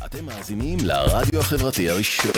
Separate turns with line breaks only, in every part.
אתם מאזינים לרדיו החברתי הראשון.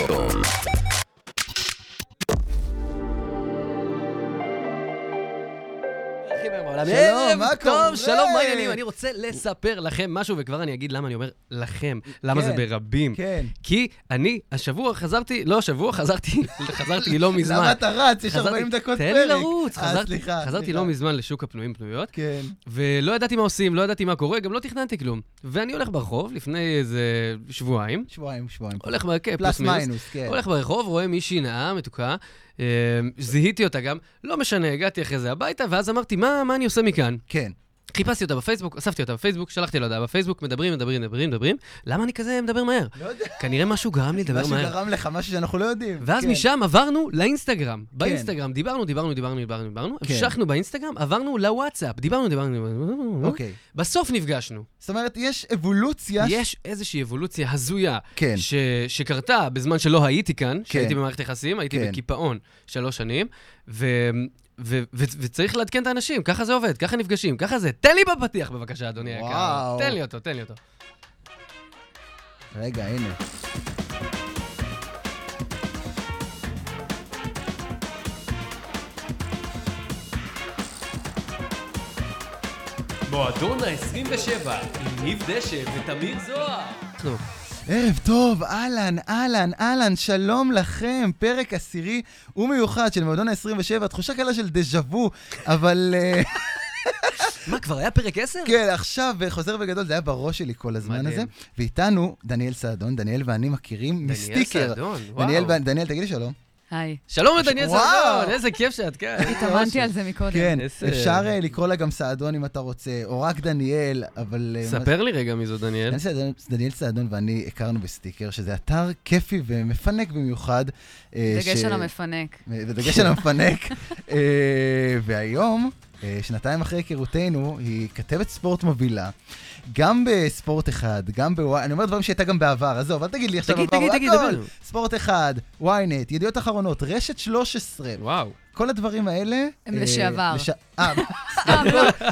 שלום, מה קורה?
טוב, שלום, מה העניינים? אני רוצה לספר לכם משהו, וכבר אני אגיד למה אני אומר לכם. למה זה ברבים.
כן.
כי אני השבוע חזרתי לא מזמן.
למה אתה רץ? יש 40 דקות פרק.
תן לי לרוץ.
סליחה.
חזרתי לא מזמן לשוק הפנויים פנויות.
כן.
ולא ידעתי מה עושים, לא ידעתי מה קורה, גם לא תכננתי כלום. ואני הולך ברחוב לפני איזה שבועיים.
שבועיים.
הולך ברחוב,
פלוס מיינוס, כן.
הולך ברחוב, רואה מישהי נאה, מתוקה. זיהיתי אותה גם, לא משנה, הגעתי אחרי זה הביתה, ואז אמרתי, מה אני עושה מכאן?
כן.
חיפשתי אותה בפייסבוק, אספתי אותה בפייסבוק, שלחתי לה הודעה בפייסבוק, מדברים. למה אני כזה מדבר מהר?
לא יודע.
כנראה משהו גרם לי לדבר מהר.
משהו גרם לך, משהו שאנחנו לא יודעים.
ואז משם עברנו לאינסטגרם. באינסטגרם דיברנו, המשכנו באינסטגרם, עברנו לוואטסאפ, דיברנו.
אוקיי.
בסוף נפגשנו.
זאת אומרת, יש אבולוציה.
יש איזושהי אבולוציה הזויה,
כן.
שקרתה בזמן שלא הייתי כאן, שהייתי במערכת יחסים, הייתי בקיפאון 3 שנים, וצריך לעדכן את האנשים, ככה זה עובד, ככה נפגשים, ככה זה. תן לי בפתיח בבקשה, אדוני היקר. תן לי אותו.
רגע, הנה.
מועדון ה-27, עם ניב דשא ותמיר זוהר.
ערב טוב, אהלן, שלום לכם, פרק 10 ומיוחד של מועדון ה-27, תחושה קלה של דז'אבו, אבל...
מה, כבר היה פרק 10?
כן, עכשיו, חוזר בגדול, זה היה בראש שלי כל הזמן הזה, ואיתנו דניאל סעדון, דניאל ואני מכירים מסטיקר.
דניאל סעדון, וואו.
דניאל, תגידי שלום.
היי.
שלום לדניאל סעדון, איזה כיף שאת כאן.
התאמנתי על זה מקודם.
כן, אפשר לקרוא לה גם סעדון אם אתה רוצה, או רק דניאל, אבל...
ספר לי רגע מי זו דניאל.
דניאל סעדון ואני הכרנו בסטיקר, שזה אתר כיפי ומפנק במיוחד.
דגש על המפנק.
ודגש על המפנק. והיום, 2 אחרי היכרותנו, היא כתבת ספורט מובילה. גם בספורט אחד, גם בוואי... אני אומר דברים שהייתה גם בעבר, עזוב, אל תגיד לי עכשיו עבר, הכל. ספורט אחד, וויינט, ידיעות אחרונות, רשת 13.
וואו.
כל הדברים האלה...
הם לשעבר.
סתם.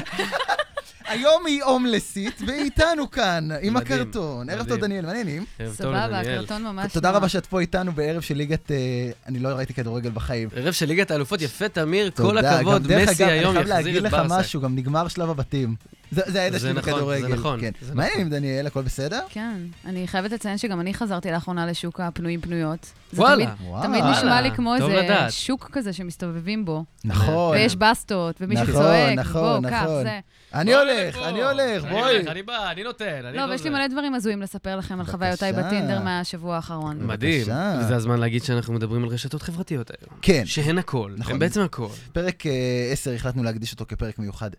היום היא הומלסית, ואיתנו כאן, עם הקרטון. ערב טוב, דניאל, מעניינים.
סבבה, הקרטון ממש...
תודה רבה שאת פה איתנו בערב של ליגת... אני לא ראיתי כדורגל בחיים.
ערב של ליגת האלופות, יפה, תמיר, כל הכבוד, מסי היום יחזיר את ברסה.
אני חייב להגיד לך משהו, גם נגמר שלב הבתים. זה הידע שלי בכדורגל.
זה נכון.
מעניינים, דניאל, הכל בסדר?
כן, אני חייבת לציין שגם אני חזרתי לאחרונה לשוק הפנויים פנויות.
וואלה.
תמיד נשמע לי כמו איזה שוק כזה שמסתובבים בו.
נכון.
ויש בסטות, ומישהו צועק,
נכון.
בוא, כך, זה.
אני הולך, בואי.
אני בא, אני נותן.
לא, ויש לי מלא דברים הזויים לספר לכם על חוויותיי בטינדר מהשבוע האחרון.
מדהים. וזה הזמן להגיד שאנחנו מדברים על רשתות חברתיות היום.
כן.
שהן הכל. הן בעצם הכל.
פרק 10 החלטנו להקדיש אותו כפרק מיוחד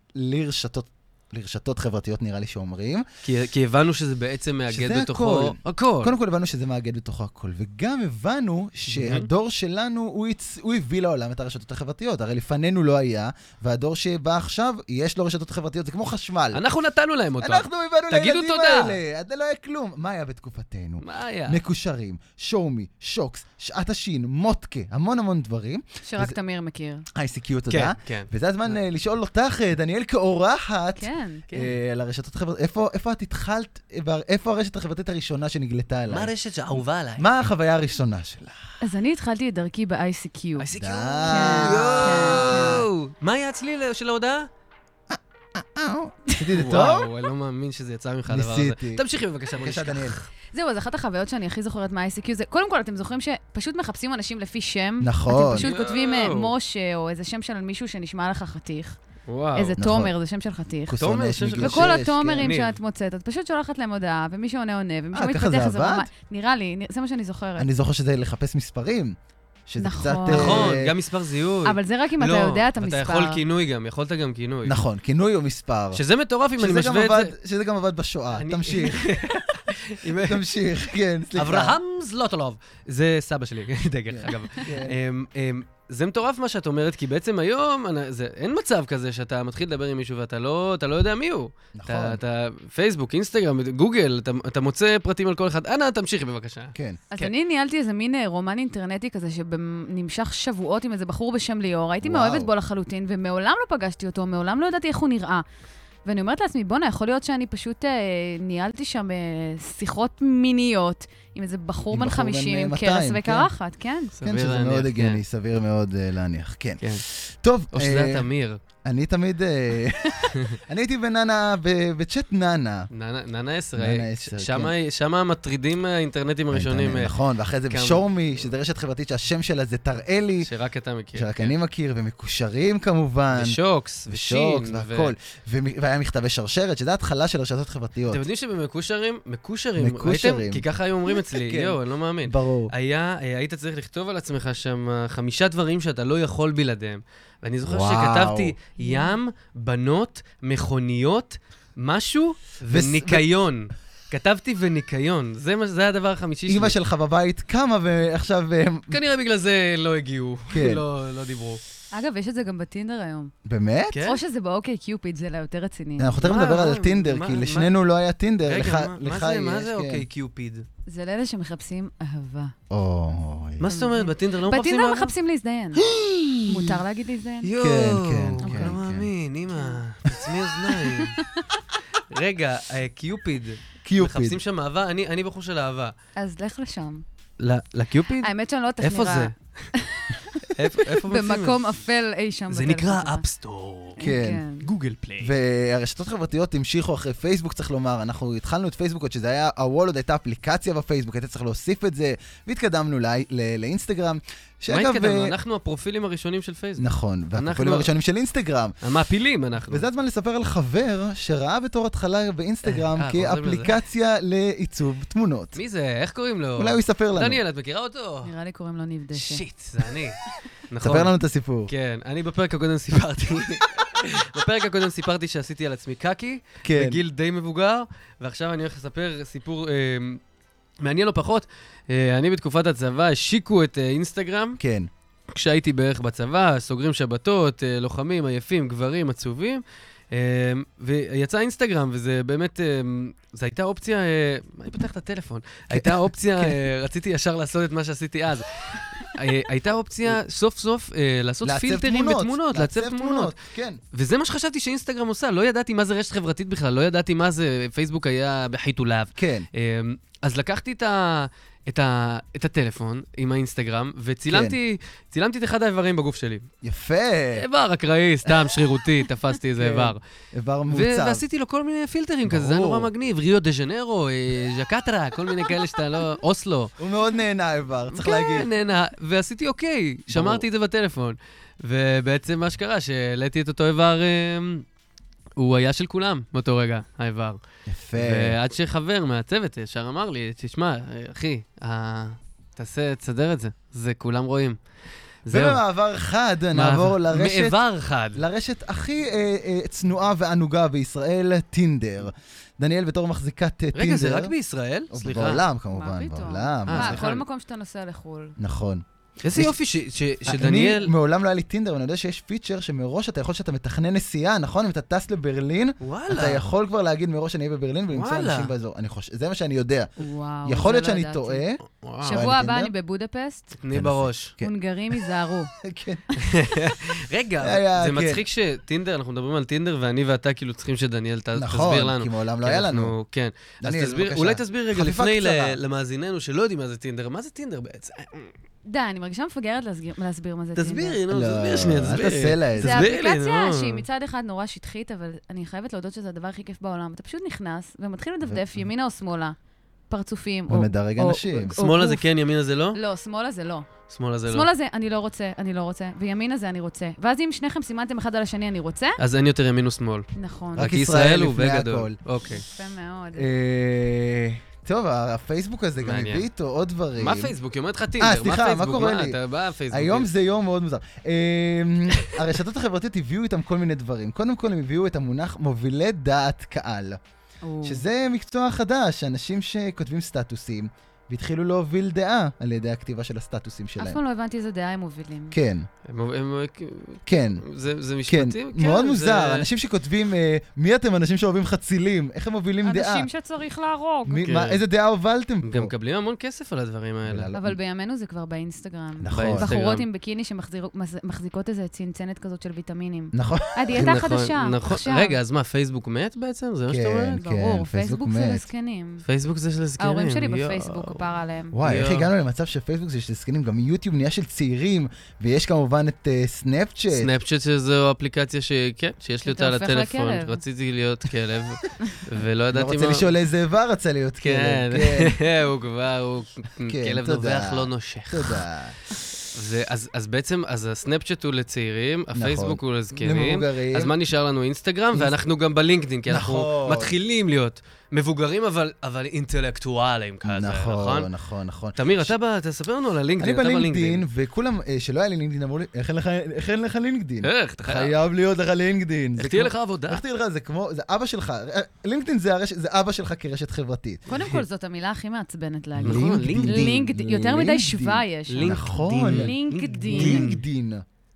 לרשתות חברתיות, נראה לי שאומרים.
כי הבנו שזה בעצם מאגד בתוכו הכל.
קודם כל הבנו שזה מאגד בתוכו הכל, וגם הבנו שהדור שלנו, הוא הביא לעולם את הרשתות החברתיות. הרי לפנינו לא היה, והדור שבא עכשיו, יש לו רשתות חברתיות, זה כמו חשמל.
אנחנו נתנו להם אותם.
אנחנו הבאנו לילדים
תודה.
האלה. זה לא היה כלום. מה היה בתקופתנו?
מה היה?
מקושרים, שומי, שוקס, שעת השין, מוטקה, המון דברים.
שרק תמיר מכיר.
ICQ, תודה.
כן.
וזה הזמן לשאול אותך, דניאל, כאורחת.
כן.
על הרשתות החברתיות. איפה את התחלת, איפה הרשת החברתית הראשונה שנגלתה עליי?
מה הרשת שאהובה עליי?
מה החוויה הראשונה שלה?
אז אני התחלתי את דרכי ב-ICQ.
ICQ.
כן.
מה היה הצליל של ההודעה?
עשיתי את זה טוב?
וואו, אני לא מאמין שזה יצא ממך הדבר הזה.
ניסיתי.
תמשיכי בבקשה.
בבקשה, דניאל.
זהו, אז אחת החוויות שאני הכי זוכרת מה-ICQ זה, קודם כל, אתם זוכרים שפשוט מחפשים אנשים לפי שם?
נכון.
אתם פשוט כותבים משה, או איזה שם של מישהו שנשמע לך חתיך.
וואו.
איזה תומר, זה שם של חתיך.
כוסונש מגיל 6.
וכל התומרים שאת מוצאת, את פשוט שולחת להם הודעה, ומי שעונה, ומי שמתפתח זה רמה. נראה לי, זה מה שאני זוכרת.
אני זוכר שזה לחפש מספרים. שזה קצת...
נכון, גם מספר זיהוי.
אבל זה רק אם אתה יודע את המספר.
אתה יכול כינוי גם, יכולת גם כינוי.
נכון, כינוי או מספר.
שזה מטורף אם אני משווה את זה.
שזה גם עבד בשואה, תמשיך. תמשיך, כן, סליחה.
אברהם זלוטולוב. זה סבא שלי, דגל, אגב. זה מטורף מה שאת אומרת, כי בעצם היום אין מצב כזה שאתה מתחיל לדבר עם מישהו ואתה לא יודע מי הוא.
נכון.
אתה פייסבוק, אינסטגרם, גוגל, אתה מוצא פרטים על כל אחד. אנא, תמשיכי בבקשה.
כן.
אז אני ניהלתי איזה מין רומן אינטרנטי כזה שנמשך שבועות עם איזה בחור בשם ליאור. הייתי מאוהבת בו לחלוטין, ומעולם לא פגשתי אותו, מעולם לא ידעתי איך הוא נראה. ואני אומרת לעצמי, בונה, יכול להיות שאני פשוט ניהלתי שם שיחות מיניות עם איזה בחור בן 50 עם קרס וקרחת, כן.
כן, שזה מאוד הגיוני, סביר מאוד להניח, כן. טוב.
או שזה תמיר.
אני תמיד, אני הייתי בננה, בצ'אט ננה.
ננה 10, שם מטרידים האינטרנטים הראשונים.
נכון, ואחרי זה בשורמי, שזה רשת חברתית שהשם שלה זה תראה לי.
שרק אתה מכיר.
שרק אני מכיר, ומקושרים כמובן.
ושוקס, ושין.
והכל. והיה מכתבי שרשרת, שזה התחלה של רשתות חברתיות.
אתם יודעים שבמקושרים, ראיתם? כי ככה היו אומרים אצלי, יו, אני לא מאמין.
ברור.
היית צריך לכתוב על עצמך שם 5 דברים שאתה לא יכול בלעדיהם. ואני זוכר שכתבתי ים, בנות, מכוניות, משהו וניקיון. כתבתי וניקיון. זה הדבר החמישי שלי.
אמא שלך בבית קמה ועכשיו...
כנראה בגלל זה לא הגיעו, לא דיברו.
אגב, יש את זה גם בטינדר היום.
באמת?
או שזה באוקיי קיופיד, זה יותר רציני.
אנחנו תכף נדבר על טינדר, כי לשנינו לא היה טינדר.
רגע, מה זה אוקיי קיופיד?
זה לאלה שמחפשים אהבה.
מה
זאת אומרת? בטינדר לא מחפשים אהבה?
בטינדר מחפשים להזדיין. מותר להגיד להזדיין?
כן.
לא מאמין, אמא, תעצמי אוזניים. רגע, קיופיד. מחפשים שם אהבה? אני בחור של אהבה.
אז לך לשם.
לקיופיד?
האמת שאני לא יודעת איך נראה.
איפה מוצאים?
במקום אפל אי שם.
זה נקרא אפסטור.
כן.
גוגל פליי.
והרשתות חברתיות המשיכו אחרי פייסבוק, צריך לומר. אנחנו התחלנו את פייסבוק, עוד שזה היה, הוול עוד הייתה אפליקציה בפייסבוק, הייתה צריך להוסיף את זה, והתקדמנו לאינסטגרם.
מה התקדמנו? אנחנו הפרופילים הראשונים של פייסבוק.
נכון, והפרופילים הראשונים של אינסטגרם.
המעפילים אנחנו.
וזה הזמן לספר על חבר שראה בתור התחלה באינסטגרם כאפליקציה לעיצוב תמונות.
מי זה? איך קוראים לו?
אולי הוא יספר לנו.
דניאל, את מכירה אותו?
נראה לי קוראים לו ניב דשא.
שיט, זה אני.
ספר לנו את הסיפור.
כן, אני בפרק הקודם סיפרתי שעשיתי על עצמי קקי, בגיל די מבוגר, ועכשיו אני הולך לספר סיפור מעניין לא פחות. אני בתקופת הצבא השיקו את אינסטגרם.
כן.
כשהייתי בערך בצבא, סוגרים שבתות, לוחמים, עייפים, גברים, עצובים. ויצא אינסטגרם, וזה באמת, זו הייתה אופציה, אני פותח את הטלפון, הייתה אופציה, רציתי ישר לעשות את מה שעשיתי אז. הייתה אופציה סוף סוף לעשות פילטרים בתמונות, לעצב תמונות.
כן.
וזה מה שחשבתי שאינסטגרם עושה, לא ידעתי מה זה רשת חברתית בכלל, לא ידעתי מה זה, פייסבוק היה בחיתוליו.
כן.
אז לקחתי את הטלפון עם האינסטגרם, וצילמתי את אחד האיברים בגוף שלי.
יפה.
איבר אקראי, סתם שרירותי, תפסתי איזה איבר.
איבר מוצב.
ועשיתי לו כל מיני פילטרים כזה, זה היה נורא מגניב, ריו דה ז'נרו, ז'קטרה, כל מיני כאלה שאתה לא, אוסלו.
הוא מאוד נהנה איבר, צריך להגיד.
כן, נהנה, ועשיתי אוקיי, שמרתי את זה בטלפון. ובעצם מה שקרה, שהעליתי את אותו איבר, הוא היה של כולם באותו רגע, האיבר.
יפה.
ועד שחבר מהצוות ישר אמר לי, תשמע, אחי, תסדר את זה, זה כולם רואים.
ובמעבר חד נעבור
לרשת
הכי צנועה וענוגה בישראל, טינדר. דניאל בתור מחזיקת טינדר.
רגע, זה רק בישראל? סליחה.
בעולם כמובן, בעולם.
כל מקום שאתה נוסע לחול.
נכון.
איזה יופי שדניאל...
אני מעולם לא היה לי טינדר, ואני יודע שיש פיצ'ר שמראש אתה יכול שאתה מתכנן נסיעה, נכון? אם אתה טס לברלין, אתה יכול כבר להגיד מראש שאני אהיה בברלין ולמצוא אנשים באזור. זה מה שאני יודע. יכול להיות שאני טועה.
שבוע הבא אני בבודפסט.
תני בראש.
הונגרים ייזהרו.
רגע, זה מצחיק שטינדר, אנחנו מדברים על טינדר, ואני ואתה כאילו צריכים שדניאל תסביר לנו.
נכון, כי מעולם לא היה לנו.
כן. אולי תסביר רגע לפני למאזיננו שלא יודעים מה זה טינדר. מה זה טינדר בעצם?
די, אני מרגישה מפגרת להסביר מה זה טינדר.
תסבירי, תסביר שנייה, תסבירי.
אל תעשה לה את זה.
זה אפליקציה שהיא מצד אחד נורא שטחית, אבל אני חייבת להודות שזה הדבר הכי כיף בעולם. אתה פשוט נכנס ומתחיל לדפדף ימינה או שמאלה, פרצופים.
ומדרג אנשים.
שמאלה זה כן, ימינה זה לא?
לא, שמאלה זה לא.
שמאלה זה לא.
שמאלה זה אני לא רוצה, וימינה זה אני רוצה. ואז אם שניכם סימנתם אחד על השני אני רוצה...
אז אין יותר ימין ושמאל.
נכון.
רק ישראל
הוא
לפני
בגדול.
הכל.
אוקיי.
יפה מאוד.
טוב, הפייסבוק הזה גם הביא איתו עוד דברים.
מה פייסבוק? היא אומרת לך טינדר,
סליחה, מה קורה לי?
אתה בא פייסבוק.
היום זה יום מאוד מוזר. הרשתות החברתיות הביאו איתם כל מיני דברים. קודם כל הם הביאו את המונח מובילי דעת קהל. שזה מקצוע חדש, אנשים שכותבים סטטוסים, והתחילו להוביל דעה על ידי הכתיבה של הסטטוסים שלהם.
אף פעם לא הבנתי איזה דעה הם מובילים.
כן. כן.
זה משפטים?
כן, מאוד מוזר. אנשים שכותבים, מי אתם אנשים שאוהבים חצילים? איך הם מובילים דעה?
אנשים שצריך להרוג.
איזה דעה הובלתם פה?
גם מקבלים המון כסף על הדברים האלה.
אבל בימינו זה כבר באינסטגרם.
נכון.
בחורות עם ביקיני שמחזיקות איזה צנצנת כזאת של ויטמינים.
נכון.
הדיאטה החדשה.
רגע, אז מה, פייסבוק מת בעצם? זה מה שאתה אומרת?
ברור, פייסבוק זה לזקנים.
פייסבוק זה של זקנים.
ההורים שלי בפייסבוק, כפר עליהם.
וואי, איך הגענו למצב שפייסבוק זה של זקנים? גם יוטיוב נהיה של צעירים, ויש כמובן את סנאפצ'אט.
סנאפצ'אט שזו אפליקציה שיש לי אותה על הטלפון. רציתי להיות כלב, ולא ידעתי מה...
לא רוצה לשאול איזה איבר רצה להיות כלב.
כן, הוא כבר, כלב נובח לא נושך.
תודה.
אז בעצם, אז הסנאפצ'אט הוא לצעירים, הפייסבוק הוא לזקנים.
למבוגרים.
אז מה נשאר לנו? אינסטגרם, ואנחנו גם בלינקדין, כי אנחנו מתחילים להיות מבוגרים, אבל אינטלקטואליים כזה, נכון?
נכון.
תמיר, אתה תספר לנו על הלינקדין,
אני בלינקדין, וכולם, שלא היה לי לינקדין, אמרו לי, איך אין לך לינקדין?
איך?
חייב להיות לך לינקדין.
איך תהיה לך עבודה?
איך תהיה לך, זה כמו, זה אבא שלך. לינקדין זה אבא שלך כרשת חברתית.
קודם כל, זאת המילה הכי מעצבנת להגיד.
לינקדין.
יותר מדי שווה יש.
נכון.
לינקדין.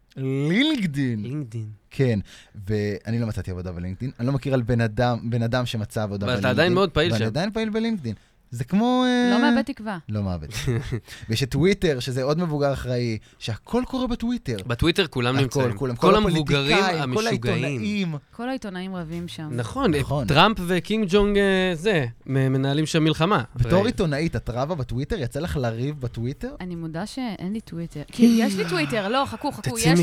לינקדין. כן, ואני לא מצאתי עבודה בלינקדין. אני לא מכיר על בן אדם שמצא עבודה בלינקדין.
ואתה עדיין מאוד פעיל שם.
ואני עדיין פעיל בלינקדין. זה כמו...
לא מאבד תקווה.
לא מאבד. ויש את טוויטר, שזה עוד מבוגר אחראי, שהכל קורה בטוויטר.
בטוויטר כולם נמצאים. כל המבוגרים המשוגעים.
כל העיתונאים רבים שם.
נכון. טראמפ וקינג ג'ונג מנהלים שם מלחמה.
בתור עיתונאית, את רבה בטוויטר? יצא לך לריב בטוויטר?
אני מודה שאין לי טוויטר. כי יש לי טוויטר, לא, חכו, יש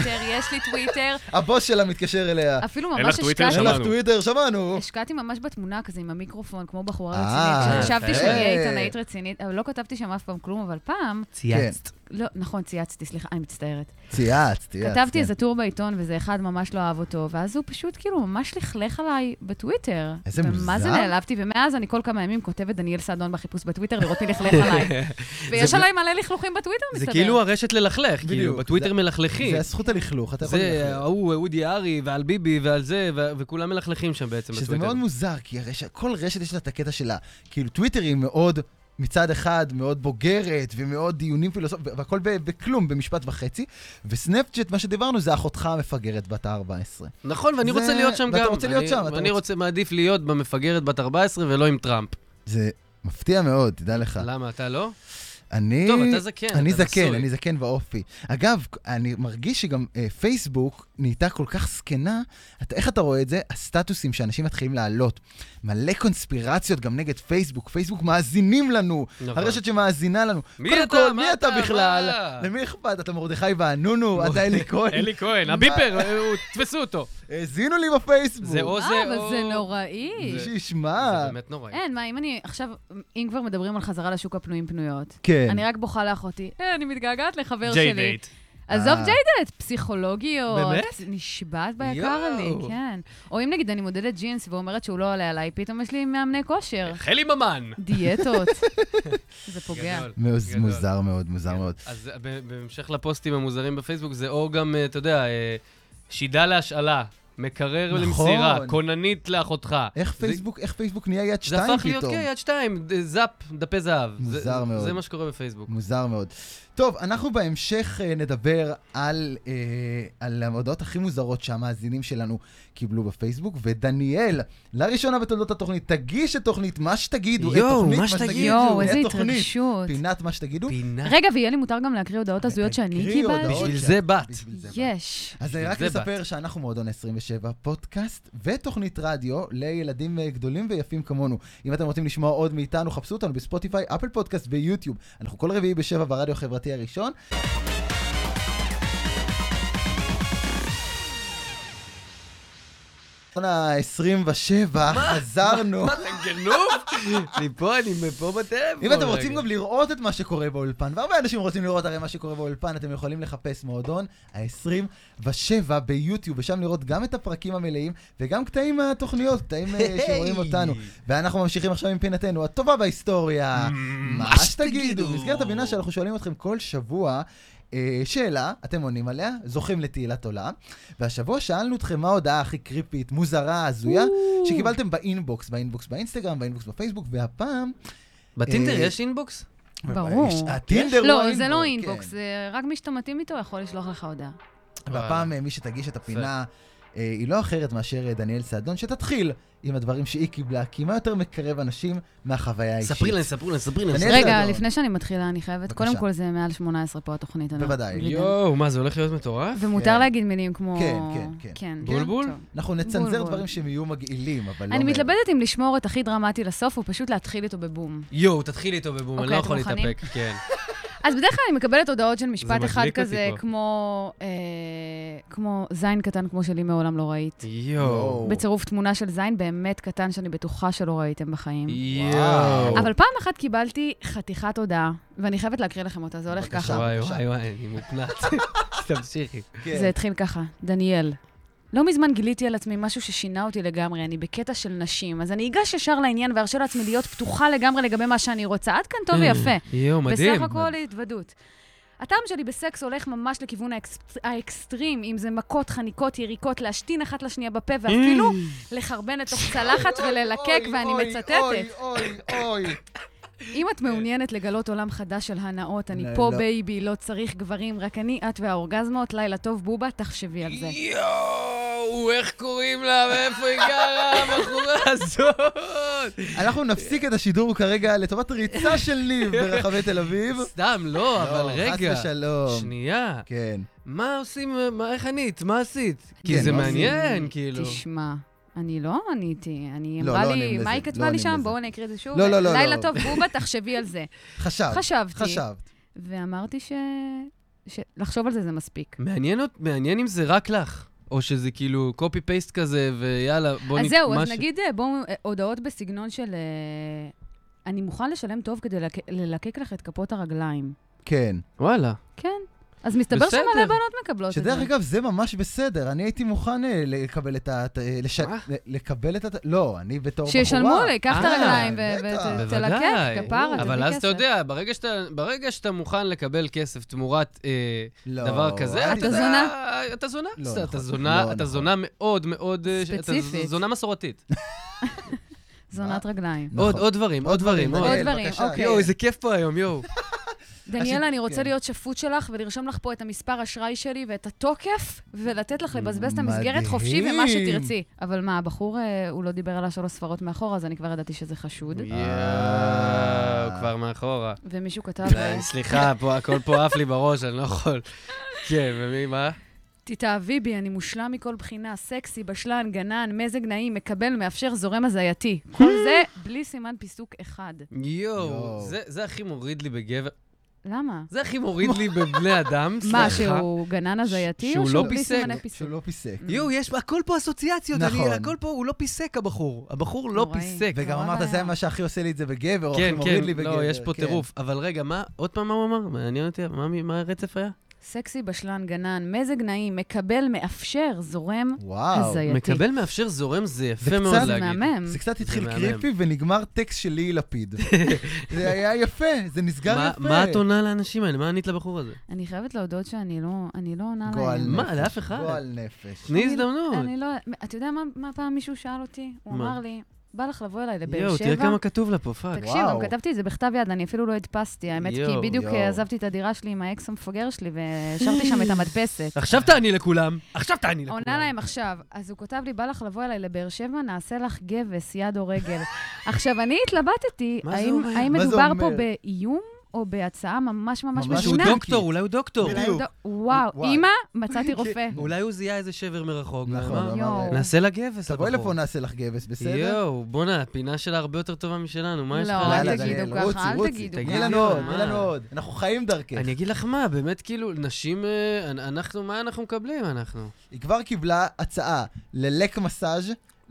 לי טוויטר.
הבוס שלה מתקשר אליה.
אפילו ממש
אין לך טוויטר, שמענו.
השקעתי ממש בתמונה כזה עם המיקרופון, כמו בחורה רצינית. חשבתי שאני אהיה עיתונאית רצינית, אבל לא כתבתי שם אף פעם כלום, אבל פעם...
צייצת.
לא, נכון, צייצתי, סליחה, אני מצטערת.
צייצת.
כתבתי איזה טור בעיתון, וזה אחד ממש לא אהב אותו, ואז הוא פשוט כאילו ממש לכלך עליי בטוויטר.
איזה מוזר.
ומה זה נעלבתי, ומאז אני כל כמה ימים כותבת דניאל סעדון בחיפוש בטוויטר, לראות מי לכלך עליי. ויש עליי מלא לכלוכים בטוויטר, מסתבר.
זה כאילו הרשת ללכלך, כאילו, בטוויטר מלכלכים.
זה הזכות הלכלוך, אתה יכול
זה אודי ארי ועל ביבי ועל זה, וכולם מלכלכים שם בעצם בטוויטר.
שזה מאוד מוזר, כי כל רשת יש לה את הקטע שלה. כאילו, טוויטר היא מאוד, מצד אחד, מאוד בוגרת, ומאוד דיונים פילוסופיים, והכל בכלום, במשפט וחצי. וסנאפצ'אט, מה שדיברנו, זה אחותך המפגרת בת ה-14.
נכון, ואני רוצה להיות שם גם.
ואתה רוצה להיות שם.
ואני מעדיף להיות במפגרת בת 14 ולא עם טראמפ.
זה מפתיע מאוד, תדע לך.
למה, אתה לא?
טוב,
אתה זקן,
אני זקן באופי. אגב, אני מרגיש שגם פייסבוק נהייתה כל כך סקנה, איך אתה רואה את זה? הסטטוסים שאנשים מתחילים לעלות. מלא קונספירציות גם נגד פייסבוק. פייסבוק מאזינים לנו. הרשת שמאזינה לנו.
מי אתה
בכלל? למי אכפת? אתה מרדכי וענונו? אתה אלי כהן?
אלי כהן, הביפר, תפסו אותו.
האזינו לי בפייסבוק.
זה או זה
אבל זה נוראי.
שישמע.
זה באמת נוראי.
אין, מה, אם אני עכשיו, אם כבר מדברים על חזרה לשוק הפנויים פנויות.
כן.
אני רק בוכה לאחותי. אני מתגעגעת לחבר שלי.
ג'יידייט.
עזוב ג'יידייט, פסיכולוגיות.
באמת?
נשבעת ביקר לי, כן. או אם נגיד אני מודדת ג'ינס ואומרת שהוא לא עולה עליי, פתאום יש לי מאמני כושר.
חלי ממן.
דיאטות. זה פוגע.
מוזר מאוד, מוזר מאוד.
אז בהמשך לפוסטים המוזרים בפייסבוק, זה או גם, אתה יודע, שידה להשאלה. מקרר למסירה, כוננית לאחותך.
איך פייסבוק נהיה יד 2 פתאום?
זה הפך להיות יד 2, זאפ, דפי זהב.
מוזר מאוד.
זה מה שקורה בפייסבוק.
מוזר מאוד. טוב, אנחנו בהמשך נדבר על המודעות הכי מוזרות שהמאזינים שלנו קיבלו בפייסבוק, ודניאל, לראשונה בתולדות התוכנית, תגיש את תוכנית מה שתגידו.
יואו, מה שתגידו.
יואו, איזה התרגשות.
פינת מה שתגידו.
רגע, ויהיה לי מותר גם להקריא הודעות הזויות שאני קיבלתי.
בשביל זה בת.
יש.
אז אני רק אספר שאנחנו מועדון 27 פודקאסט ותוכנית רדיו לילדים גדולים ויפים כמונו. אם אתם רוצים לשמוע עוד מאיתנו, חפשו אותנו בספוטיפיי, אפל פודקאסט ויוטיוב. אנחנו כל רביעי ב7 ברדיו החברתי הראשון. ה-27, חזרנו.
מה, אתה גנוב? אני פה בטלפון.
אם אתם רוצים גם לראות את מה שקורה באולפן, והרבה אנשים רוצים לראות הרי מה שקורה באולפן, אתם יכולים לחפש מועדון ה-27 ביוטיוב, ושם לראות גם את הפרקים המלאים, וגם קטעים מהתוכניות, קטעים שרואים אותנו. ואנחנו ממשיכים עכשיו עם פינתנו, הטובה בהיסטוריה. מה שתגידו. במסגרת הבינה שאנחנו שואלים אתכם כל שבוע, שאלה, אתם עונים עליה, זוכים לתהילת עולה, והשבוע שאלנו אתכם מה ההודעה הכי קריפית, מוזרה, הזויה, שקיבלתם באינבוקס באינסטגרם, באינבוקס בפייסבוק, והפעם
בטינדר יש אינבוקס?
ברור.
הטינדר הוא
לא,
האינבוקס.
זה לא אינבוקס, זה רק מי שאתה מתאים איתו יכול לשלוח לך הודעה.
והפעם מי שתגיש את הפינה, היא לא אחרת מאשר דניאל סעדון, שתתחיל עם הדברים שהיא קיבלה, כי מה יותר מקרב אנשים מהחוויה האישית.
ספרי להם.
רגע, לפני שאני מתחילה, אני חייבת, קודם כל זה מעל 18 פה התוכנית.
בוודאי.
יואו, מה, זה הולך להיות מטורף?
ומותר להגיד מילים כמו...
כן.
בולבול?
אנחנו נצנזר דברים שהם יהיו מגעילים, אבל לא...
אני מתלבטת אם לשמור את הכי דרמטי לסוף, או פשוט להתחיל איתו בבום.
יואו, תתחיל איתו בבום, אני לא יכול להתאפק, כן.
אז בדרך כלל אני מקבלת הודעות של משפט אחד כזה, כמו זין קטן כמו שלי מעולם לא ראית.
יואו.
בצירוף תמונה של זין באמת קטן שאני בטוחה שלא ראיתם בחיים.
יואו.
אבל פעם אחת קיבלתי חתיכת הודעה, ואני חייבת להקריא לכם אותה, זה הולך ככה.
וואי, אני מופנעת. תמשיכי.
זה התחיל ככה, דניאל. לא מזמן גיליתי על עצמי משהו ששינה אותי לגמרי, אני בקטע של נשים, אז אני אגש ישר לעניין וארשה לעצמי להיות פתוחה לגמרי לגבי מה שאני רוצה. עד כאן טוב ויפה.
יואו, מדהים.
בסך הכל התוודות. הטעם שלי בסקס הולך ממש לכיוון האקסטרים, אם זה מכות, חניקות, יריקות, להשתין אחת לשנייה בפה, ואפילו לחרבן לתוך צלחת וללקק, ואני מצטטת.
אוי.
אם
את מעוניינת לגלות עולם חדש של הנאות, אני פה בייבי, לא צריך גברים, רק אני, את והאורגזמות, לילה טוב בובה, תחשבי על זה.
יואו, איך קוראים לה, מאיפה היא גרה, הבחורה הזאת?
אנחנו נפסיק את השידור כרגע לטובת ריצה של ניב ברחבי תל אביב.
סתם, לא, אבל רגע.
חס ושלום.
שנייה.
כן.
מה עושים, איך ענית? מה עשית? כי זה מעניין, כאילו.
תשמע. אני לא עניתי, היא אמרה לי, מה היא כתבה לי שם? בואו נקריא את זה שוב.
לא.
לילה טוב, בובה, תחשבי על זה.
חשבתי.
ואמרתי לחשוב על זה מספיק.
מעניין אם זה רק לך, או שזה כאילו קופי פייסט כזה, ויאללה, בוא
אז זהו, אז נגיד, בואו, הודעות בסגנון של, אני מוכן לשלם טוב כדי ללקק לך את כפות הרגליים.
כן.
וואלה.
כן. אז מסתבר שמלא בנות מקבלות את זה.
שדרך אגב, זה ממש בסדר. אני הייתי מוכן לקבל את ה... לקבל את ה... לא, אני בתור בחורה.
שישלמו לי, קח את הרגליים ותלקק, כפרה,
אבל אז אתה יודע, ברגע שאתה מוכן לקבל כסף תמורת דבר כזה, אתה זונה. אתה זונה מאוד מאוד...
ספציפית.
זונה מסורתית.
זונת רגליים.
עוד דברים.
אוקיי.
יואו, איזה כיף פה היום, יואו.
דניאלה, אני רוצה להיות שפוט שלך ולרשום לך פה את המספר אשראי שלי ואת התוקף, ולתת לך לבזבז את המסגרת חופשי ומה שתרצי. אבל מה, הבחור, הוא לא דיבר על 3 ספרות מאחורה, אז אני כבר ידעתי שזה חשוד.
יואו, כבר מאחורה.
ומישהו כתב...
סליחה, הכל פה עף לי בראש, אני לא יכול. כן, ומי, מה?
תתאהבי בי, אני מושלם מכל בחינה, סקסי, בשלן, גנן, מזג נעים, מקבל, מאפשר, זורם הזייתי. כל זה בלי סימן פיסוק אחד.
יואו, זה הכי מוריד לי בגבר.
למה?
זה הכי מוריד לי בבני אדם, סליחה.
מה, שהוא גנן הזייתי או שהוא בלי סימני פיסוק?
שהוא לא פיסק.
יואו, הכל פה אסוציאציות, הכל פה, הוא לא פיסק הבחור. הבחור לא פיסק.
וגם אמרת, זה מה שהכי עושה לי את זה בגבר, או הכי
כן,
מוריד לי בגבר.
לא, יש פה טירוף. אבל רגע, עוד פעם מה הוא אמר? מעניין אותי, מה הרצף היה?
סקסי, בשלן, גנן, מזג נעים, מקבל, מאפשר, זורם, הזייתי.
מקבל, מאפשר, זורם, זה יפה מאוד להגיד.
זה קצת התחיל קריפי ונגמר טקסט של ליהי לפיד. זה היה יפה, זה נסגר יפה.
מה את עונה לאנשים האלה? מה ענית לבחור הזה?
אני חייבת להודות שאני לא עונה להם.
מה, לאף אחד?
גועל נפש.
תני הזדמנות.
אתה יודע מה פעם מישהו שאל אותי? הוא אמר לי, בא לך לבוא אליי לבאר שבע.
יואו, תראה כמה כתוב לה פה, פאק.
תקשיב, גם כתבתי את זה בכתב יד, אני אפילו לא הדפסתי. האמת, כי בדיוק עזבתי את הדירה שלי עם האקס המפגר שלי, והשארתי שם את המדפסת.
עכשיו תעני לכולם.
עונה להם עכשיו. אז הוא כותב לי, בא לך לבוא אליי לבאר שבע, נעשה לך גבס, יד או רגל. עכשיו, אני התלבטתי, האם מדובר פה באיום? או בהצעה ממש מבינה.
שהוא דוקטור, אולי הוא דוקטור.
וואו, אמא, מצאתי רופא.
אולי הוא זיהה איזה שבר מרחוק.
נכון.
נעשה לה גבס.
תבואי לפה, נעשה לך גבס, בסדר?
יואו, בוא'נה, הפינה שלה הרבה יותר טובה משלנו, מה יש לך?
לא, אל תגידו ככה, אל תגידו ככה.
תני לנו עוד. אנחנו חיים דרכך.
אני אגיד לך מה, באמת כאילו, נשים, מה אנחנו מקבלים, אנחנו?
היא כבר קיבלה הצעה ללק מסאז'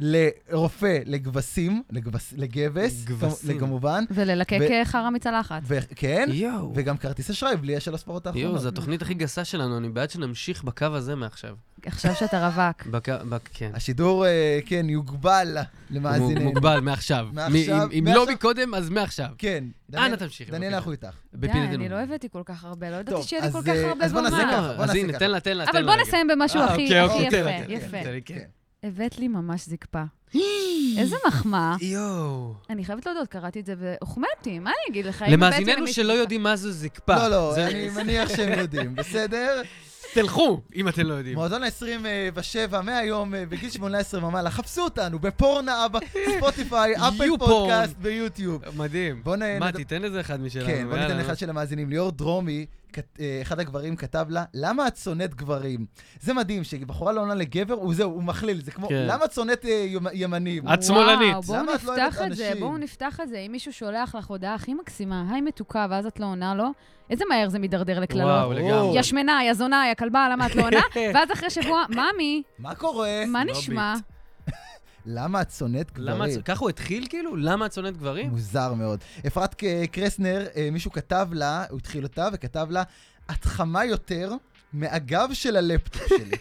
לרופא, לגבסים, לגבס, כמובן.
וללקק חרה מצלחת.
כן, וגם כרטיס אשראי בלי של הספרות האחרונות.
יואו, זו התוכנית הכי גסה שלנו, אני בעד שנמשיך בקו הזה מעכשיו.
עכשיו שאתה רווק.
כן.
השידור, כן, יוגבל למאזינים.
מוגבל, מעכשיו. אם לא מקודם, אז מעכשיו.
כן.
אנא תמשיך.
דניאל, אנחנו איתך.
די, אני לא הבאתי כל כך הרבה, לא ידעתי שיהיה לי כל כך הרבה
אז בוא נעשה ככה.
אז הנה, תן
אבל בוא נסיים במשהו הכי יפה.
יפה.
הבאת לי ממש זקפה. איזה מחמאה.
יואו.
אני חייבת להודות, קראתי את זה והוחמאתי, מה אני אגיד לך?
למאזיננו שלא יודעים מה זו זקפה.
לא, אני מניח שהם יודעים, בסדר?
תלכו, אם אתם לא יודעים.
מועדון ה-27, מהיום, בגיל 18 ממעלה, חפשו אותנו בפורנה, בספוטיפיי, אפל פודקאסט, ביוטיוב.
מדהים. מה, תיתן איזה אחד משלנו.
כן, בוא ניתן אחד של המאזינים. ליאור דרומי, אחד הגברים כתב לה, למה את שונאת גברים? זה מדהים, שבחורה לא עונה לגבר, הוא מכליל, זה כמו, למה את שונאת ימנים?
את שמאלנית.
בואו נפתח את זה, אם מישהו שולח לך הודעה הכי מקסימה, היי מתוקה, ואז את לא עונה לו, איזה מהר זה מדרדר לכללות.
וואו, לגמרי.
יא שמנה, יא זונה, יא כלבה, למה את לא עונה? ואז אחרי שבוע, ממי?
מה קורה?
מה נשמע?
למה את שונאת גברים?
ככה הוא התחיל כאילו? למה את שונאת גברים?
מוזר מאוד. אפרת קרסנר, מישהו כתב לה, הוא התחיל אותה וכתב לה, את חמה יותר מהגב של הלפטופ שלי.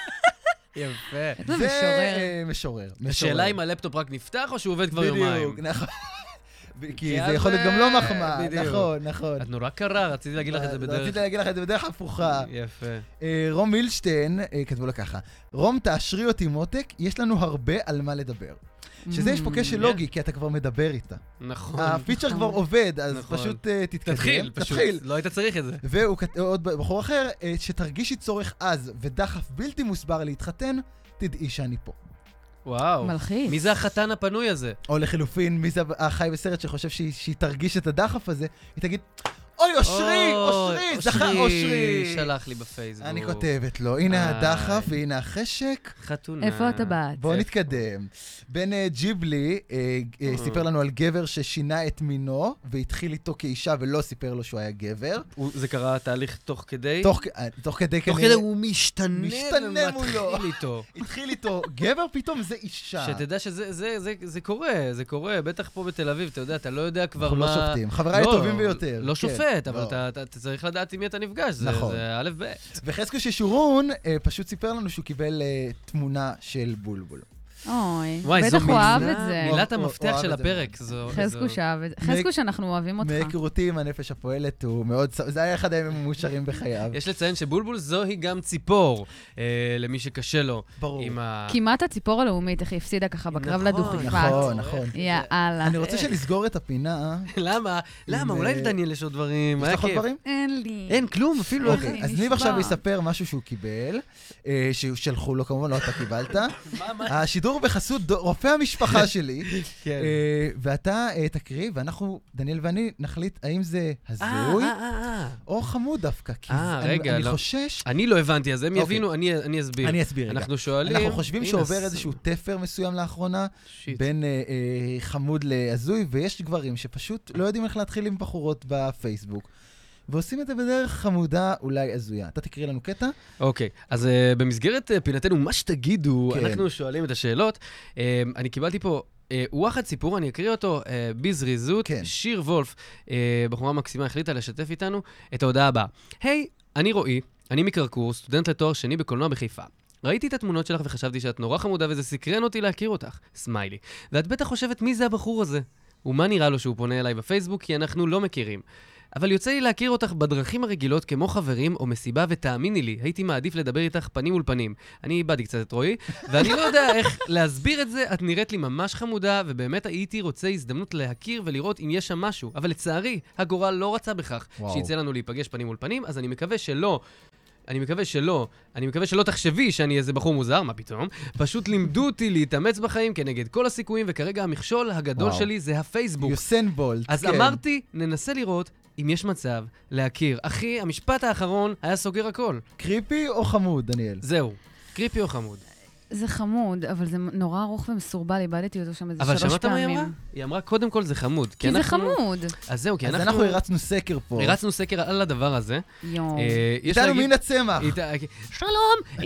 יפה.
זה
משורר.
השאלה אם הלפטופ רק נפתח או שהוא עובד כבר יומיים.
בדיוק, נכון. כי זה יכול להיות גם לא מחמאה, נכון.
את נורא קרה, רציתי להגיד לך את זה בדרך.
רציתי להגיד לך את זה בדרך הפוכה.
יפה.
רום מילשטיין, כתבו לה ככה, רום תאשרי אותי מותק, יש לנו הרבה על מה לדבר. שזה יש פה קשר לוגי, כי אתה כבר מדבר איתה.
נכון.
הפיצ'ר כבר עובד, אז פשוט תתקדם.
תתחיל. לא היית צריך את זה.
והוא עוד בחור אחר, שתרגישי צורך עז ודחף בלתי מוסבר להתחתן, תדעי שאני פה.
וואו.
מלחיץ.
מי זה החתן הפנוי הזה?
או לחילופין, מי זה החי בסרט שחושב שהיא תרגיש את הדחף הזה, היא תגיד, אוי, אושרי, זכה אושרי.
שלח לי בפייסבוק.
אני כותבת לו, הנה הדחף והנה החשק.
חתונה.
איפה אתה באת?
בואו נתקדם. בן ג'יבלי סיפר לנו על גבר ששינה את מינו, והתחיל איתו כאישה ולא סיפר לו שהוא היה גבר.
זה קרה תהליך תוך כדי?
תוך כדי
תוך כדי הוא משתנה
מולו.
ומתחיל איתו.
התחיל איתו. גבר פתאום זה אישה.
שתדע שזה קורה, זה קורה. בטח פה בתל אביב, אתה יודע, אתה לא יודע כבר
מה... אנחנו לא שופטים. חבריי הטובים ביותר.
לא שופט, אבל אתה צריך לדעת עם מי אתה נפגש.
נכון.
זה א' ב'.
וחזקו ששורון פשוט סיפר לנו שהוא קיבל תמונה של בולבול.
אוי, בטח הוא אהב את זה.
מילת המפתח של הפרק.
חזקו שאהב את זה. חזקו שאנחנו אוהבים אותך.
מהיכרותי עם הנפש הפועלת, הוא מאוד... זה היה אחד הימים המאושרים בחייו.
יש לציין שבולבול זוהי גם ציפור, למי שקשה לו.
ברור.
כמעט הציפור הלאומית, איך היא הפסידה ככה בקרב לדוכיפת.
נכון.
יאללה.
אני רוצה שנסגור את הפינה.
למה? אולי לדניאל יש עוד דברים.
יש לך עוד דברים?
אין לי.
אין כלום, אפילו.
אז ניב עכשיו יספר משהו שהוא קיבל, ששלחו לו, כמובן, לא אתה קיבלת. השידור בחסות רופא המשפחה שלי, ואתה תקריא, ואנחנו, דניאל ואני, נחליט האם זה הזוי, או חמוד דווקא, כי אני חושש...
אני לא הבנתי, אז הם יבינו, אני אסביר.
אני אסביר רגע.
אנחנו שואלים...
אנחנו חושבים שעובר איזשהו תפר מסוים לאחרונה, בין חמוד להזוי, ויש גברים שפשוט לא יודעים איך להתחיל עם בחורות בפייסבוק. ועושים את זה בדרך חמודה, אולי הזויה. אתה תקריא לנו קטע?
אוקיי, אז במסגרת פינתנו, מה שתגידו, אנחנו שואלים את השאלות. אני קיבלתי פה וואחד סיפור, אני אקריא אותו בזריזות. שיר וולף, בחורה מקסימה, החליטה לשתף איתנו את ההודעה הבאה. היי, אני רועי, אני מקרקור, סטודנט לתואר שני בקולנוע בחיפה. ראיתי את התמונות שלך וחשבתי שאת נורא חמודה וזה סקרן אותי להכיר אותך. סמיילי. ואת בטח חושבת מי זה הבחור הזה. ומה נראה לו שהוא פונה אליי בפייסבוק כי אנחנו לא מכירים. אבל יוצא לי להכיר אותך בדרכים הרגילות כמו חברים או מסיבה, ותאמיני לי, הייתי מעדיף לדבר איתך פנים מול פנים. אני איבדתי קצת את רועי, ואני לא יודע איך להסביר את זה, את נראית לי ממש חמודה, ובאמת הייתי רוצה הזדמנות להכיר ולראות אם יש שם משהו. אבל לצערי, הגורל לא רצה בכך שיצא לנו להיפגש פנים מול פנים, אז אני מקווה שלא תחשבי שאני איזה בחור מוזר, מה פתאום? פשוט לימדו אותי להתאמץ בחיים כנגד כל הסיכויים, וכרגע המכשול הגדול שלי זה הפייסבוק.
יוסן בולט,
אז אמרתי, ננסה לראות אם יש מצב להכיר. אחי, המשפט האחרון היה סוגר הכל.
קריפי או חמוד, דניאל?
זהו, קריפי או חמוד.
זה חמוד, אבל זה נורא ארוך ומסורבל, איבדתי אותו שם איזה 3 פעמים.
אבל שמעת מה היא אמרה? היא אמרה, קודם כל זה חמוד.
כי זה חמוד.
אז זהו, כי
אז אנחנו הרצנו סקר פה.
הרצנו סקר על הדבר הזה.
יום.
איתנו מן הצמח.
שלום,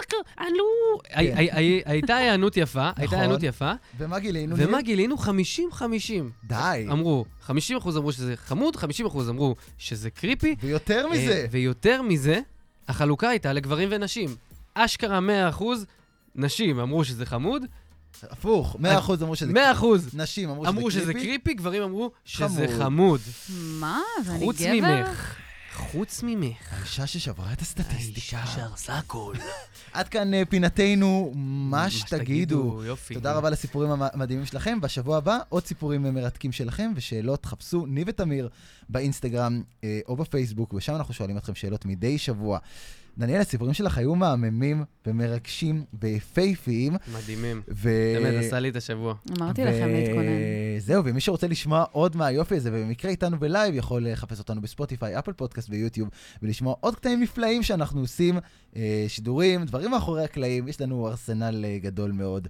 הייתה הענות יפה.
ומה גילינו?
ומה גילינו? 50-50.
די.
אמרו, 50% אמרו שזה חמוד, 50% אמרו שזה קריפי.
ויותר
מזה, החלוקה הייתה לגברים ונשים. אשכרה 100% נשים אמרו שזה חמוד.
הפוך, 100% אמרו שזה
קריפי. 100%
נשים
אמרו שזה קריפי, גברים אמרו שזה חמוד.
מה? ואני גבר?
חוץ ממך. חוץ ממך.
האישה ששברה את הסטטיסטיקה.
האישה שהרסה הכל.
עד כאן פינתנו, מה שתגידו.
יופי.
תודה רבה לסיפורים המדהימים שלכם. בשבוע הבא עוד סיפורים מרתקים שלכם ושאלות. חפשו ניב ותמיר באינסטגרם או בפייסבוק, ושם אנחנו שואלים אתכם שאלות מדי שבוע. דניאל, הסיפורים שלך היו מהממים ומרגשים ויפהפיים.
מדהימים. באמת, עשה לי את השבוע.
אמרתי לכם להתכונן.
זהו, ומי שרוצה לשמוע עוד מהיופי הזה, ובמקרה איתנו בלייב, יכול לחפש אותנו בספוטיפיי, אפל פודקאסט ויוטיוב, ולשמוע עוד קטעים נפלאים שאנחנו עושים, שידורים, דברים מאחורי הקלעים. יש לנו ארסנל גדול מאוד.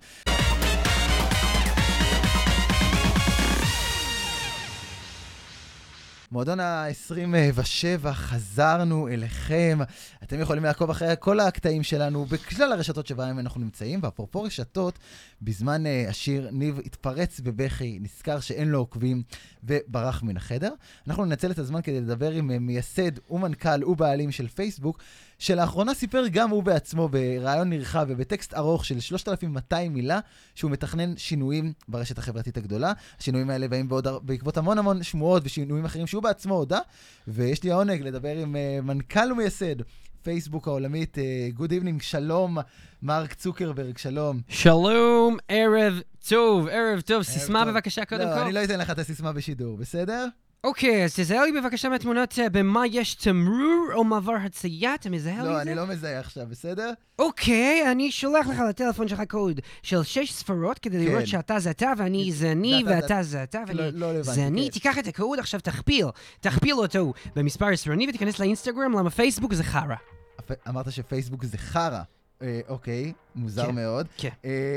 מועדון ה-27, חזרנו אליכם. אתם יכולים לעקוב אחרי כל הקטעים שלנו בכלל הרשתות שבהם אנחנו נמצאים, ואפרופו רשתות, בזמן השיר ניב התפרץ בבכי, נזכר שאין לו עוקבים וברח מן החדר. אנחנו ננצל את הזמן כדי לדבר עם מייסד ומנכ"ל ובעלים של פייסבוק, שלאחרונה סיפר גם הוא בעצמו ברעיון נרחב ובטקסט ארוך של 3,200 מילה, שהוא מתכנן שינויים ברשת החברתית הגדולה. השינויים האלה באים בעקבות המון שמועות ושינויים אחרים שהוא בעצמו הודע, ויש לי העונג לדבר עם מנכ"ל ומייסד פייסבוק העולמית. Good evening, שלום, מרק צוקרברג, שלום.
שלום, ערב טוב, סיסמה בבקשה קודם כל.
לא, אני לא אתן לך את הסיסמה בשידור, בסדר?
אוקיי, אז תזהה לי בבקשה מהתמונות במה יש תמרור או מעבר הצייה, אתה מזהה לי את זה?
לא, אני לא מזהה עכשיו, בסדר?
אוקיי, אני שולח לך לטלפון שלך קוד של 6 ספרות כדי לראות שאתה זה אתה ואני זה אני ואתה זה אתה ואני זה אני. תיקח את הקוד, עכשיו תכפיל אותו במספר עשרוני ותיכנס לאינסטגרם, למה פייסבוק זה חרא.
אמרת שפייסבוק זה חרא. אוקיי, מוזר מאוד.
כן.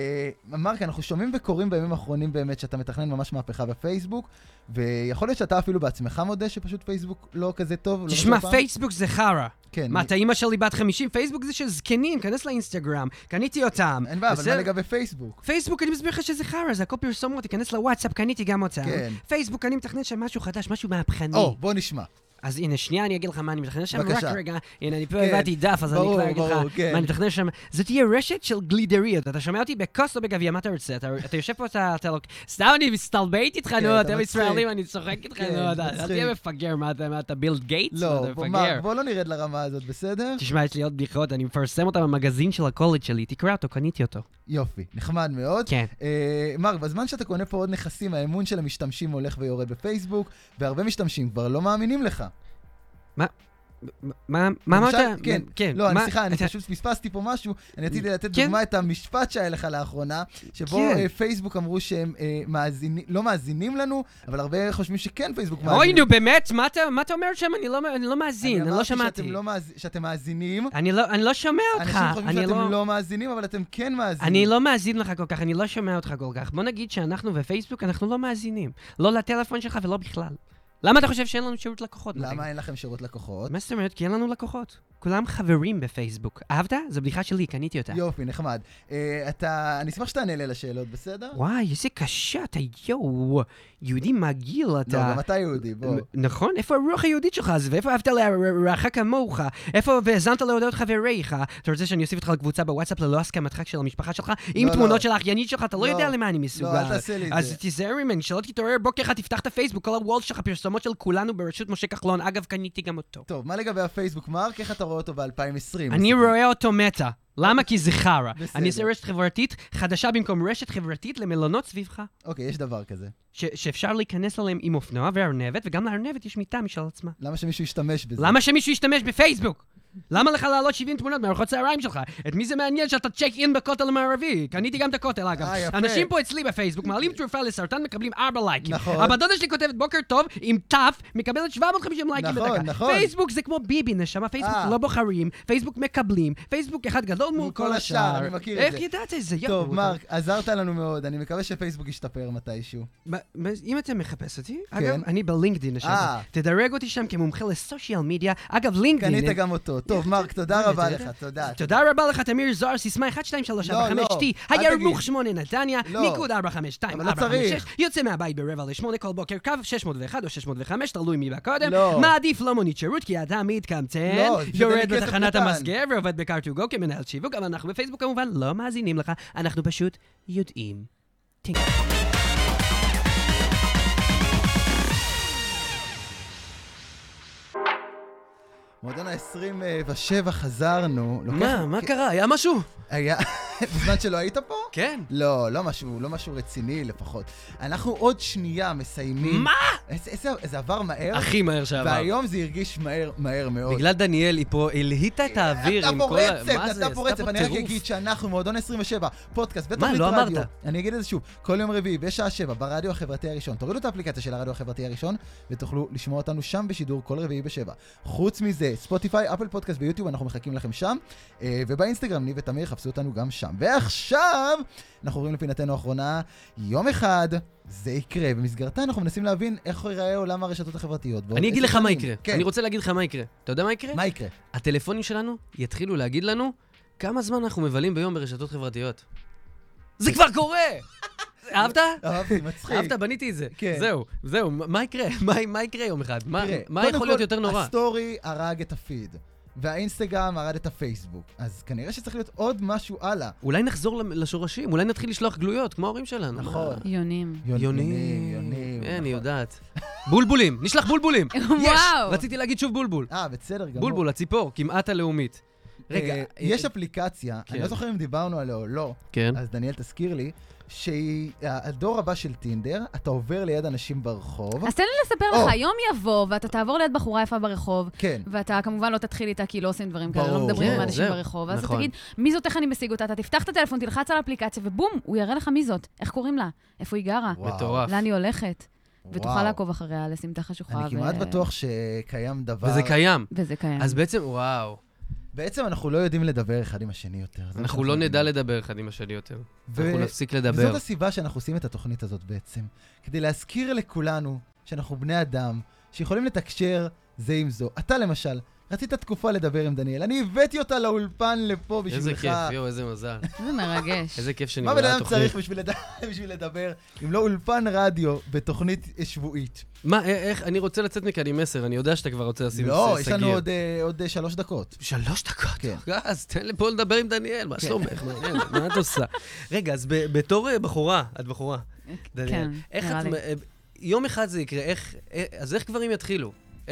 מרק, אנחנו שומעים וקוראים בימים האחרונים באמת שאתה מתכנן ממש מהפכה בפייסבוק, ויכול להיות שאתה אפילו בעצמך מודה שפשוט פייסבוק לא כזה טוב.
תשמע, פייסבוק זה חרא.
כן.
מה, אתה אימא שלי בת 50? פייסבוק זה של זקנים, כנס לאינסטגרם, קניתי אותם.
אין בעיה, אבל מה לגבי פייסבוק?
פייסבוק, אני מסביר לך שזה חרא, זה הכל פרסומות, תיכנס לוואטסאפ, קניתי גם אותם.
כן.
פייסבוק, אני מתכנן שם משהו חדש, משהו מהפכני.
בוא נשמע.
אז הנה, שנייה, אני אגיד לך מה אני מתכנן שם.
בבקשה.
רק רגע, הנה, אני פה הבאתי דף, אז אני כבר אגיד לך מה אני מתכנן שם. זה תהיה רשת של גלידריות. אתה שומע אותי בכוס או בגביע, מה אתה רוצה? אתה יושב פה, אתה לא... סתם אני מסתלבט איתך, נו, אתם ישראלים, אני צוחק איתך, נו, אתה תהיה מפגר, מה אתה בילד גייטס?
לא, בוא לא נרד לרמה הזאת, בסדר?
תשמע, יש לי עוד בדיחות, אני מפרסם אותה במגזין של הקולג' שלי, תקרא אותו, קניתי אותו.
יופי, נחמד מאוד.
כן.
מרק, בזמן שאתה קונה פה עוד נכסים, האמון של המשתמשים הולך ויורד בפייסבוק, והרבה משתמשים כבר לא מאמינים לך.
מה אמרת?
כן. לא, סליחה, אני פשוט פספסתי פה משהו. אני רציתי לתת דוגמה את המשפט שהיה לך לאחרונה, שבו פייסבוק אמרו שהם לא מאזינים לנו, אבל הרבה חושבים שכן פייסבוק מאזינים.
אוי, נו, באמת? מה אתה אומר שם? אני לא מאזין, אני לא שמעתי.
אני אמרתי שאתם מאזינים.
אני לא שומע אותך.
אנשים חושבים שאתם לא מאזינים, אבל אתם כן מאזינים.
אני לא מאזין לך כל כך, אני לא שומע אותך כל כך. בוא נגיד שאנחנו בפייסבוק, אנחנו לא מאזינים. לא לטלפון שלך ולא בכלל. למה אתה חושב שאין לנו שירות לקוחות?
למה אין לכם שירות לקוחות?
מה זאת אומרת? כי אין לנו לקוחות. כולם חברים בפייסבוק. אהבת? זו בדיחה שלי, קניתי אותה.
יופי, נחמד. אני אשמח שאתה נעלה לשאלות, בסדר?
וואי, איזה קשה, אתה יואו. יהודי מגעיל אתה.
לא, גם אתה יהודי, בוא.
נכון? איפה הרוח היהודית שלך? ואיפה אהבת לרעך כמוך? איפה והזנת להודות חבריך? אתה רוצה שאני אוסיף אותך לקבוצה בוואטסאפ ללא הסכמתך של המשפחה שלך? עם תמונות של האחיינית שלך, אתה לא יודע למה אני מסוגל.
לא, אל תעשה לי את זה.
אז תיזהר ממני, שלא תתעורר בוקר אחד, תפתח את הפייסבוק, כל הוולד שלך, פרסומות של כולנו בראשות משה כחלון. אגב, קניתי גם אותו.
טוב, מה לגבי הפייסבוק, מרק? איך אתה רואה אותו ב-2020?
אני רואה אותו מתה. למה? כי זה חרא. אני אעשה רשת חברתית חדשה במקום רשת חברתית למלונות סביבך.
אוקיי, יש דבר כזה.
שאפשר להיכנס אליהם עם אופנוע וארנבת, וגם לארנבת יש מיטה משל עצמה.
למה שמישהו ישתמש בזה?
למה שמישהו ישתמש בפייסבוק? למה לך לעלות 70 תמונות מארוחות צהריים שלך? את מי זה מעניין שאתה צ'ק אין בכותל המערבי? קניתי גם את הכותל, אגב. אנשים פה אצלי בפייסבוק מעלים תרופה לסרטן, מקבלים 4 לייקים.
נכון.
הבת דודה שלי כותבת בוקר טוב עם טף, מקבלת 750 לייקים בדקה.
נכון.
פייסבוק זה כמו ביבי, נשמה. פייסבוק לא בוחרים, פייסבוק מקבלים, פייסבוק אחד גדול מול כל השאר.
אני מכיר את זה.
איך ידעת את זה?
טוב, מרק, עזרת לנו מאוד. אני מקווה שפייסבוק ישתפר מתישהו.
אם אתה מחפש אותי, אגב, אני בלינקדין, נשמה. תדרג אותי שם כמומחה לסושיאל מדיה. אגב, לינקדין.
קנית גם אותו. טוב, מרק, תודה רבה לך, תודה.
תודה רבה לך, תמיר זוהר, סיסמה 12345T, הירמוך 8 נתניה, ניקוד 452456, יוצא מהבית ב7:45 כל בוקר, קו 601 או 605, תלוי מי בקודם, מעדיף לא מונית שירות, כי אתה מתקמצן, יורד בתחנת המסגר ועובד בקארטוגו כמנהל שיווק, אבל אנחנו בפייסבוק כמובן לא מאזינים לך, אנחנו פשוט יודעים.
מועדון ה-27 חזרנו.
מה קרה? היה משהו?
היה... בזמן שלא היית פה?
כן.
לא משהו רציני לפחות. אנחנו עוד שנייה מסיימים.
מה?
זה עבר מהר.
הכי מהר שעבר.
והיום זה הרגיש מהר מאוד.
בגלל דניאל, היא פה הלהיטה את האוויר עם כל...
אתה פורצת, אני רק אגיד שאנחנו מועדון 27, פודקאסט, בתוכנית
לא
רדיו.
אמרת?
אני אגיד את זה שוב, כל יום רביעי בשעה 7 ברדיו החברתי הראשון. תורידו את האפליקציה של הרדיו החברתי הראשון, ותוכלו לשמוע אותנו שם בשידור כל רביעי ב7. חוץ מזה, ספוטיפיי, אפל פודקאסט ביוטיוב, אנחנו מחכים לכם שם, ובאינסטגרם, ניב ותמיר, חפשו אותנו גם שם. ועכשיו, אנחנו עוברים לפינתנו האחרונה, יום אחד, זה יקרה. במסגרתה אנחנו מנסים להבין איך ייראה עולם הרשתות החברתיות.
אני אגיד לך מה יקרה. אני רוצה להגיד לך מה יקרה. אתה יודע מה יקרה?
מה יקרה?
הטלפונים שלנו יתחילו להגיד לנו כמה זמן אנחנו מבלים ביום ברשתות חברתיות. זה כבר קורה! אהבת?
אהבתי, מצחיק.
אהבת, בניתי את זה.
כן.
זהו, מה יקרה? מה יקרה יום אחד? מה יכול להיות יותר נורא?
הסטורי הרג את הפיד, והאינסטגרם הרג את הפייסבוק. אז כנראה שצריך להיות עוד משהו הלאה.
אולי נחזור לשורשים, אולי נתחיל לשלוח גלויות, כמו ההורים שלנו.
נכון.
יונים.
אני יודעת. בולבולים, נשלח בולבולים. יש! רציתי להגיד שוב בולבול.
בסדר גמור.
בולבול, הציפור, כמעט הלאומית. רגע,
יש אפליקציה, אני לא זוכר אם דיברנו עליה או לא, אז דניאל תזכיר לי, שהיא הדור הבא של טינדר, אתה עובר ליד אנשים ברחוב.
אז תן לי לספר לך, יום יבוא, ואתה תעבור ליד בחורה יפה ברחוב, ואתה כמובן לא תתחיל איתה, כי לא עושים דברים כאלה, לא מדברים עם אנשים ברחוב, אז אתה תגיד, מי זאת, איך אני משיג אותה? אתה תפתח את הטלפון, תלחץ על האפליקציה, ובום, הוא יראה לך מי זאת, איך קוראים לה, איפה היא גרה, לאן היא הולכת, ותוכל לעקוב אחריה, לסמטה חשוכה.
אני כמעט בטוח שקיים דבר.
וזה קיים. אז בעצם, וואו.
בעצם אנחנו לא יודעים לדבר אחד עם השני יותר.
אנחנו לא נדע לדבר אחד עם השני יותר. אנחנו נפסיק לדבר.
וזאת הסיבה שאנחנו עושים את התוכנית הזאת בעצם. כדי להזכיר לכולנו שאנחנו בני אדם, שיכולים לתקשר זה עם זו. אתה למשל, רצית תקופה לדבר עם דניאל. אני הבאתי אותה לאולפן לפה בשבילך.
איזה כיף, איזה מזל.
זה מרגש.
איזה כיף שנראה
התוכנית.
התוכנית.
מה בן אדם צריך בשביל לדבר, אם לא אולפן רדיו בתוכנית שבועית?
מה, איך, אני רוצה לצאת מכאן עם 10, אני יודע שאתה כבר רוצה לשים סגיר.
לא, יש לנו עוד 3 דקות.
3 דקות?
כן.
אז תן לי פה לדבר עם דניאל, מה שלומך? מה את עושה? רגע, אז בתור בחורה, את בחורה.
כן, נראה לי.
יום אחד זה יקרה, אז איך גברים יתחילו?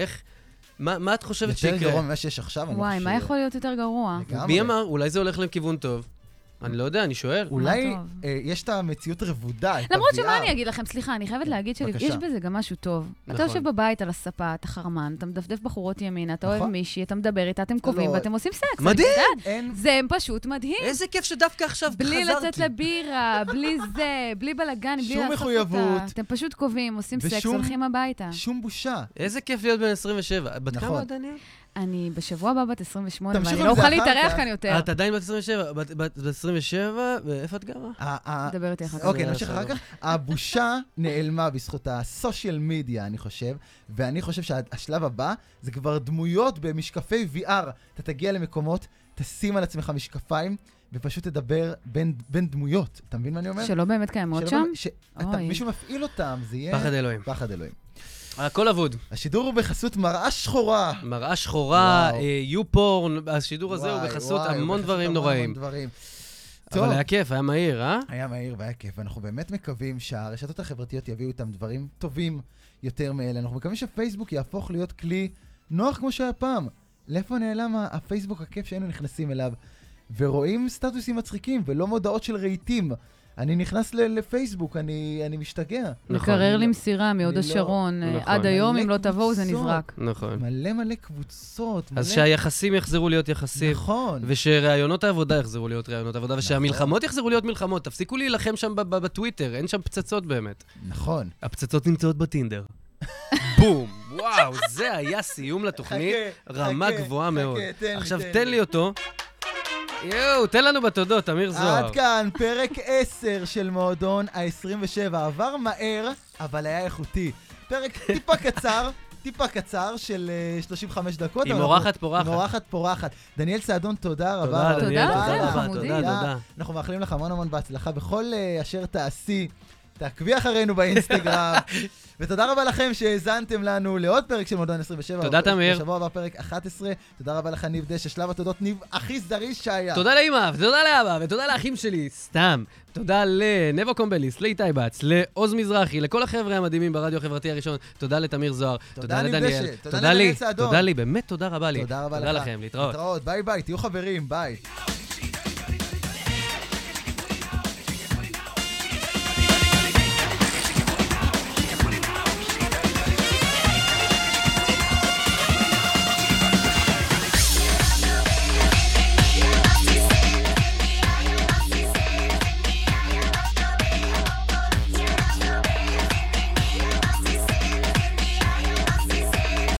מה את חושבת שיקרה?
יותר גרוע ממה שיש עכשיו.
וואי, מה יכול להיות יותר גרוע?
מי אמר? אולי זה הולך לכיוון טוב. אני לא יודע, אני שואל.
אולי יש את המציאות רבודה, את
למרות שמה אני אגיד לכם, סליחה, אני חייבת להגיד שיש בזה גם משהו טוב. אתה יושב בבית על הספה, אתה חרמן, אתה מדפדף בחורות ימין, אתה אוהב מישהי, אתה מדבר איתה, אתם קובעים ואתם עושים סקס.
מדהים!
זה פשוט מדהים.
איזה כיף שדווקא עכשיו חזרתי.
בלי לצאת לבירה, בלי זה, בלי בלגן, בלי
שום מחויבות.
אתם פשוט קובעים, עושים סקס, הולכים הביתה.
שום בושה.
איזה כיף להיות בן 27. בת כמה, דניאל?
אני בשבוע הבא בת 28, ואני לא אוכל להתארח כאן יותר.
את עדיין בת 27, בת 27, ואיפה את גרה?
דבר איתי אחר כך.
אוקיי, נמשיך אחר כך. הבושה נעלמה בזכות הסושיאל מדיה, אני חושב, ואני חושב שהשלב הבא זה כבר דמויות במשקפי VR. אתה תגיע למקומות, תשים על עצמך משקפיים, ופשוט תדבר בין דמויות. אתה מבין מה אני אומר?
שלא באמת קיימות שם?
מישהו מפעיל אותם, זה יהיה...
פחד אלוהים.
פחד אלוהים.
הכל אבוד.
השידור הוא בחסות מראה שחורה.
מראה שחורה, יו-פורן, השידור הזה הוא בחסות המון דברים נוראים. אבל היה כיף, היה מהיר, אה?
היה מהיר והיה כיף, ואנחנו באמת מקווים שהרשתות החברתיות יביאו איתם דברים טובים יותר מאלה. אנחנו מקווים שפייסבוק יהפוך להיות כלי נוח כמו שהיה פעם. לאיפה נעלם הפייסבוק הכיף שהיינו נכנסים אליו, ורואים סטטוסים מצחיקים ולא מודעות של רהיטים. אני נכנס לפייסבוק, אני משתגע.
מקרר לי מסירה מהוד השרון, עד היום אם לא תבואו זה נזרק.
נכון.
מלא קבוצות.
אז שהיחסים יחזרו להיות יחסים.
נכון.
ושרעיונות העבודה יחזרו להיות רעיונות עבודה, ושהמלחמות יחזרו להיות מלחמות. תפסיקו להילחם שם בטוויטר, אין שם פצצות באמת.
נכון.
הפצצות נמצאות בטינדר. בום, וואו, זה היה סיום לתוכנית, רמה גבוהה מאוד. עכשיו תן לי אותו. יואו, תן לנו בתודות, אמיר זוהר.
עד כאן, פרק 10 של מועדון ה-27. עבר מהר, אבל היה איכותי. פרק טיפה קצר של 35 דקות.
עם אורחת פורחת.
עם אורחת פורחת. דניאל סעדון, תודה רבה.
תודה רבה, תודה.
אנחנו מאחלים לך המון בהצלחה בכל אשר תעשי. תעקבי אחרינו באינסטגרם. ותודה רבה לכם שהאזנתם לנו לעוד פרק של מועדון 27.
תודה, תמיר.
בשבוע הבא פרק 11. תודה רבה לך, ניב דשא. שלב התודות, ניב הכי זריז שהיה.
תודה לאמא, ותודה לאבא, ותודה לאחים שלי, סתם. תודה לנבו קומבליס, לאיתי בץ, לעוז מזרחי, לכל החבר'ה המדהימים ברדיו החברתי הראשון. תודה לתמיר זוהר.
תודה
לדניאל. תודה לי, באמת תודה רבה לי.
תודה רבה לך.
תודה לכם, להתראות.
ביי ביי, תהיו חברים, ביי.